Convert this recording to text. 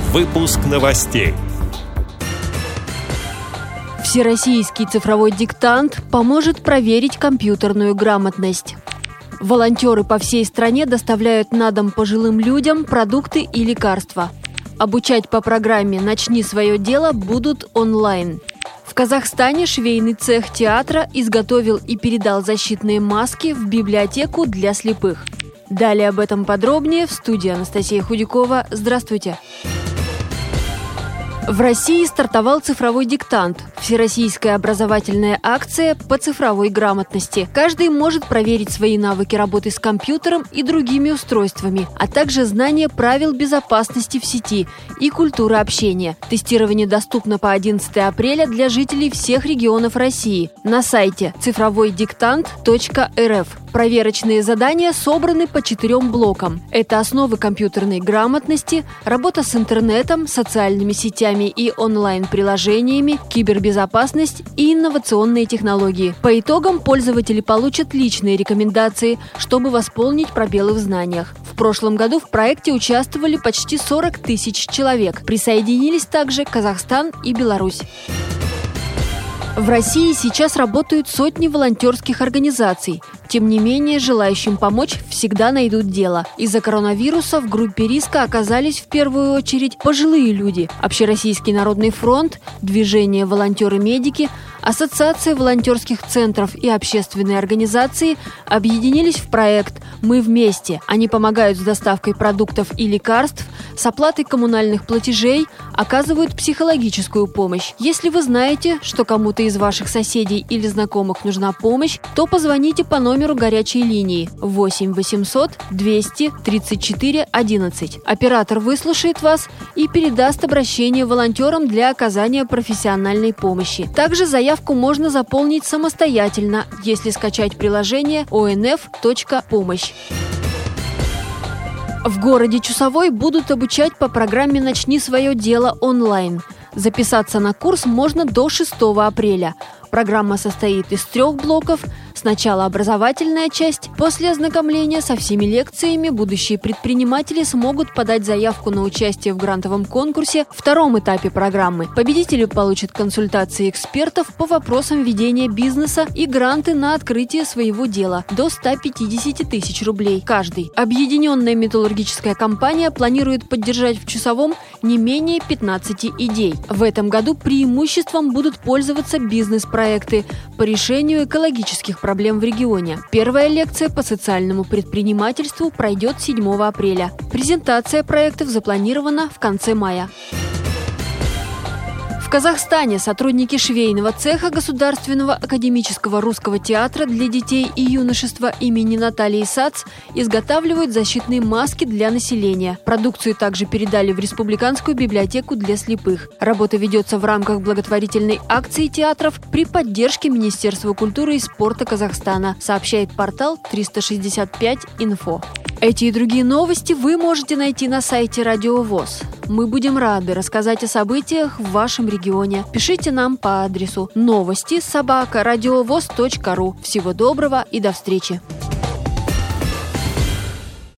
Выпуск новостей. Всероссийский цифровой диктант поможет проверить компьютерную грамотность. Волонтеры по всей стране доставляют на дом пожилым людям продукты и лекарства. Обучать по программе «Начни свое дело» будут онлайн. В Казахстане швейный цех театра изготовил и передал защитные маски в библиотеку для слепых. Далее об этом подробнее в студии Анастасия Худякова. Здравствуйте! В России стартовал цифровой диктант – всероссийская образовательная акция по цифровой грамотности. Каждый может проверить свои навыки работы с компьютером и другими устройствами, а также знание правил безопасности в сети и культуры общения. Тестирование доступно по 11 апреля для жителей всех регионов России на сайте цифровойдиктант.рф. Проверочные задания собраны по 4 блокам. Это основы компьютерной грамотности, работа с интернетом, социальными сетями и онлайн-приложениями, кибербезопасность и инновационные технологии. По итогам пользователи получат личные рекомендации, чтобы восполнить пробелы в знаниях. В прошлом году в проекте участвовали почти 40 тысяч человек. Присоединились также Казахстан и Беларусь. В России сейчас работают сотни волонтерских организаций. Тем не менее, желающим помочь всегда найдут дело. Из-за коронавируса в группе риска оказались в первую очередь пожилые люди. Общероссийский народный фронт, движение «Волонтеры-медики», Ассоциация волонтерских центров и общественные организации объединились в проект «Мы вместе». Они помогают с доставкой продуктов и лекарств, с оплатой коммунальных платежей, оказывают психологическую помощь. Если вы знаете, что кому-то из ваших соседей или знакомых нужна помощь, то позвоните по номеру горячей линии 8 800 200 34 11. Оператор выслушает вас и передаст обращение волонтерам для оказания профессиональной помощи. Также заявку можно заполнить самостоятельно, если скачать приложение onf.помощь. В городе Чусовой будут обучать по программе «Начни свое дело» онлайн. Записаться на курс можно до 6 апреля. Программа состоит из 3 блоков. Сначала образовательная часть. После ознакомления со всеми лекциями будущие предприниматели смогут подать заявку на участие в грантовом конкурсе в 2-м этапе программы. Победители получат консультации экспертов по вопросам ведения бизнеса и гранты на открытие своего дела до 150 тысяч рублей каждый. Объединенная металлургическая компания планирует поддержать в Чусовом не менее 15 идей. В этом году преимуществом будут пользоваться бизнес-проекты по решению экологических проблем в регионе. Первая лекция по социальному предпринимательству пройдет 7 апреля. Презентация проектов запланирована в конце мая. В Казахстане сотрудники швейного цеха Государственного академического русского театра для детей и юношества имени Натальи Сац изготавливают защитные маски для населения. Продукцию также передали в Республиканскую библиотеку для слепых. Работа ведется в рамках благотворительной акции театров при поддержке Министерства культуры и спорта Казахстана, сообщает портал 365-Инфо. Эти и другие новости вы можете найти на сайте Радио ВОС. Мы будем рады рассказать о событиях в вашем регионе. Пишите нам по адресу новости@радиовос.ру. Всего доброго и до встречи!